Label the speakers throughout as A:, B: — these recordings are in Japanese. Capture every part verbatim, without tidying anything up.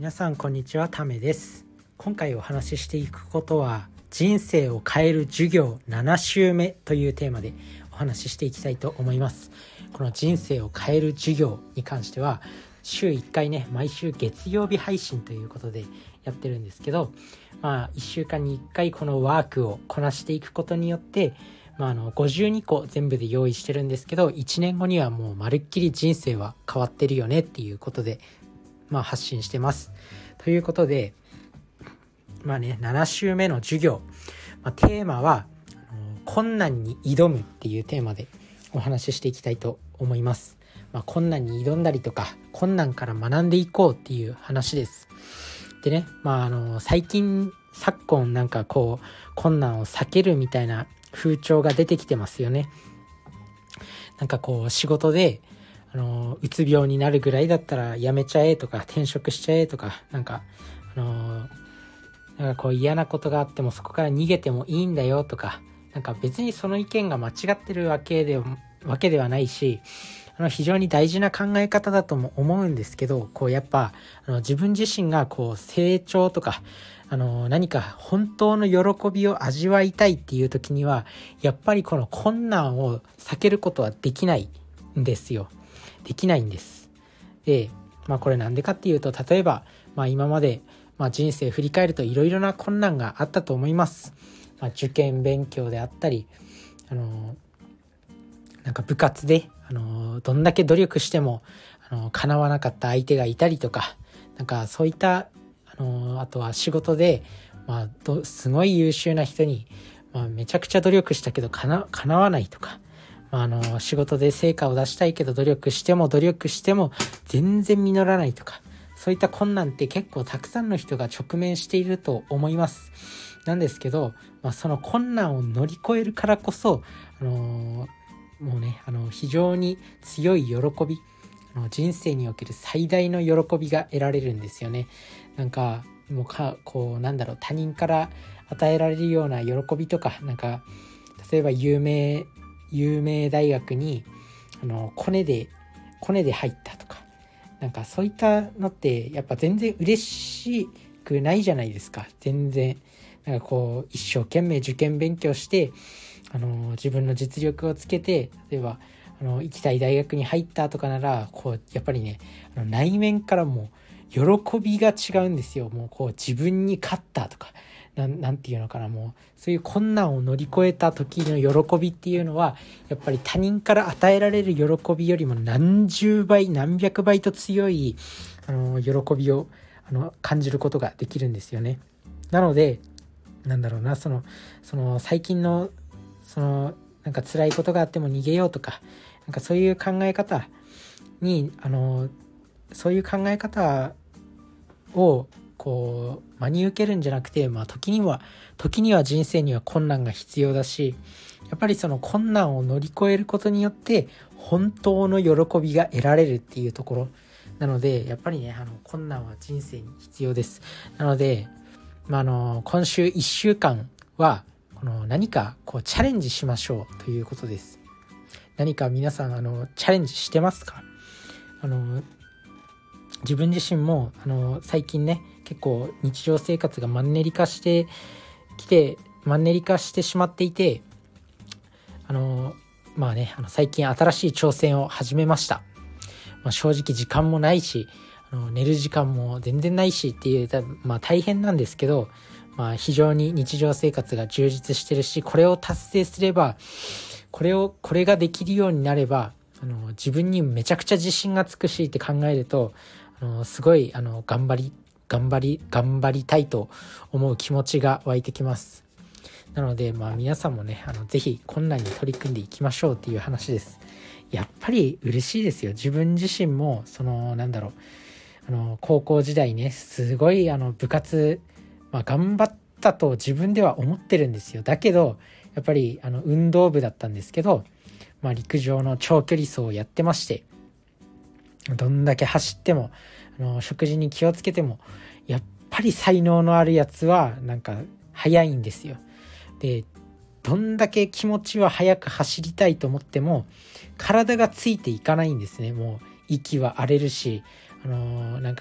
A: 皆さんこんにちは、ためです。今回お話ししていくことは人生を変える授業なな週目というテーマでお話ししていきたいと思います。この人生を変える授業に関しては週いっかいね、毎週月曜日配信ということでやってるんですけど、まあいっしゅうかんにいっかいこのワークをこなしていくことによってまあ、あのごじゅうにこ全部で用意してるんですけど、いちねんごにはもうまるっきり人生は変わってるよねっていうことで、まあ、発信してます。ということでまあねなな週目の授業、まあ、テーマは困難に挑むっていうテーマでお話ししていきたいと思います。まあ、困難に挑んだりとか困難から学んでいこうっていう話です。でね、まあ、あの最近昨今なんかこう困難を避けるみたいな風潮が出てきてますよね。なんかこう仕事であのうつ病になるぐらいだったらやめちゃえとか転職しちゃえとか、なんかあのなんかこう嫌なことがあってもそこから逃げてもいいんだよとか、なんか別にその意見が間違ってるわけでわけではないし、あの非常に大事な考え方だとも思うんですけど、こうやっぱあの自分自身がこう成長とかあの何か本当の喜びを味わいたいっていう時にはやっぱりこの困難を避けることはできないんですよ。できないんです。で、まあこれなんでかっていうと、例えば、まあ、今まで、まあ、人生振り返るといろいろな困難があったと思います。まあ、受験勉強であったり、あのなんか部活であのどんだけ努力してもあの叶わなかった相手がいたりとか、なんかそういったあのあとは仕事で、まあ、どすごい優秀な人に、まあ、めちゃくちゃ努力したけどかな叶わないとか、まあ、あの仕事で成果を出したいけど努力しても努力しても全然実らないとか、そういった困難って結構たくさんの人が直面していると思います。なんですけど、まあ、その困難を乗り越えるからこそ、あのー、もうねあの非常に強い喜び、あの人生における最大の喜びが得られるんですよね。なんかもうかこうなんだろう他人から与えられるような喜びとか、なんか例えば有名有名大学にあのコネでコネで入ったとか、なんかそういったのってやっぱ全然嬉しくないじゃないですか。全然なんかこう一生懸命受験勉強してあの自分の実力をつけて、例えばあの行きたい大学に入ったとかならこうやっぱりねあの内面からも喜びが違うんですよ。もうこう自分に勝ったとか、な ん, なんていうのかな、もうそういう困難を乗り越えた時の喜びっていうのはやっぱり他人から与えられる喜びよりも何十倍何百倍と強いあの喜びをあの感じることができるんですよね。なのでなんだろうな、そのその最近のそのなんか辛いことがあっても逃げようとか、なんかそういう考え方にあのそういう考え方をこう真に受けるんじゃなくて、まあ時には時には人生には困難が必要だし、やっぱりその困難を乗り越えることによって本当の喜びが得られるっていうところなので、やっぱりねあの困難は人生に必要です。なので、まあ、あの今週いっしゅうかんはこの何かこうチャレンジしましょうということです。何か皆さんあのチャレンジしてますか？あの自分自身もあの最近ね結構日常生活がマンネリ化してきてマンネリ化してしまっていて、あのまあねあの最近新しい挑戦を始めました。まあ、正直時間もないしあの寝る時間も全然ないしっていう、まあ大変なんですけど、まあ非常に日常生活が充実してるし、これを達成すればこれをこれができるようになればあの自分にめちゃくちゃ自信がつくしって考えると、あのすごいあの頑張り頑張り頑張りたいと思う気持ちが湧いてきます。なのでまあ皆さんもねあのぜひ困難に取り組んでいきましょうっていう話です。やっぱり嬉しいですよ。自分自身もそのなんだろうあの高校時代ねすごいあの部活、まあ、頑張ったと自分では思ってるんですよ。だけどやっぱりあの運動部だったんですけど、まあ、陸上の長距離走をやってまして、どんだけ走ってもあの食事に気をつけてもやっぱり才能のあるやつはなんか速いんですよ。でどんだけ気持ちは速く走りたいと思っても体がついていかないんですね。もう息は荒れるし、あのー、なんか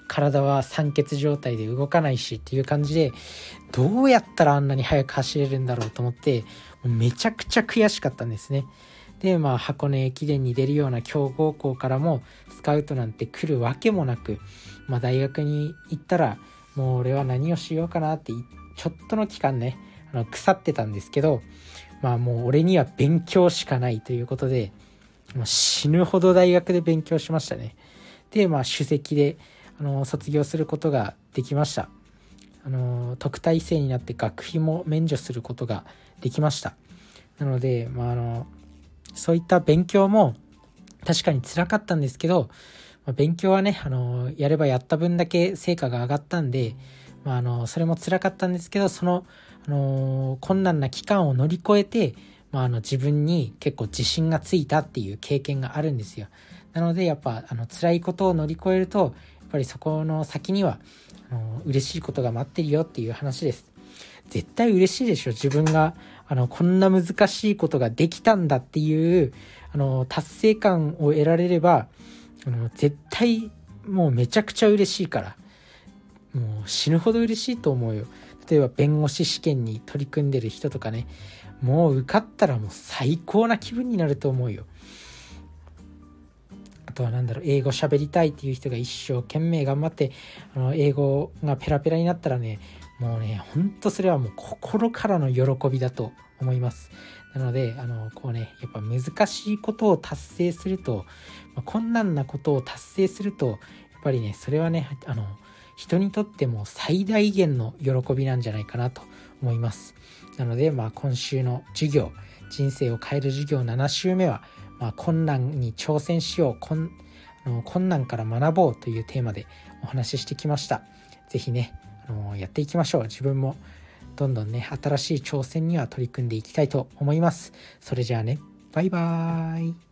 A: 体は酸欠状態で動かないしっていう感じで、どうやったらあんなに速く走れるんだろうと思って、もうめちゃくちゃ悔しかったんですね。でまあ箱根駅伝に出るような強豪校からもスカウトなんて来るわけもなく、まあ、大学に行ったらもう俺は何をしようかなってちょっとの期間ねあの腐ってたんですけど、まあもう俺には勉強しかないということで、もう死ぬほど大学で勉強しましたね。でまあ首席であの卒業することができました。あの特待生になって学費も免除することができました。なので、まあ、あのそういった勉強も確かに辛かったんですけど、まあ、勉強はねあのやればやった分だけ成果が上がったんで、まあ、あのそれも辛かったんですけど、その、あの困難な期間を乗り越えて、まあ、あの自分に結構自信がついたっていう経験があるんですよ。なのでやっぱあの辛いことを乗り越えると、やっぱりそこの先にはあの嬉しいことが待ってるよっていう話です。絶対嬉しいでしょ。自分があのこんな難しいことができたんだっていうあの達成感を得られれば、あの絶対もうめちゃくちゃ嬉しいから、もう死ぬほど嬉しいと思うよ。例えば弁護士試験に取り組んでる人とかね、もう受かったらもう最高な気分になると思うよ。あとはなんだろう、英語喋りたいっていう人が一生懸命頑張ってあの英語がペラペラになったらね、もうねほんとそれはもう心からの喜びだと思います。なのであのこうねやっぱ難しいことを達成すると、まあ、困難なことを達成するとやっぱりねそれはねあの人にとっても最大限の喜びなんじゃないかなと思います。なのでまあ今週の授業、人生を変える授業なな週目は、まあ、困難に挑戦しよう、こんあの困難から学ぼうというテーマでお話ししてきました。ぜひねあのやっていきましょう。自分もどんどんね新しい挑戦には取り組んでいきたいと思います。それじゃあね、バイバーイ。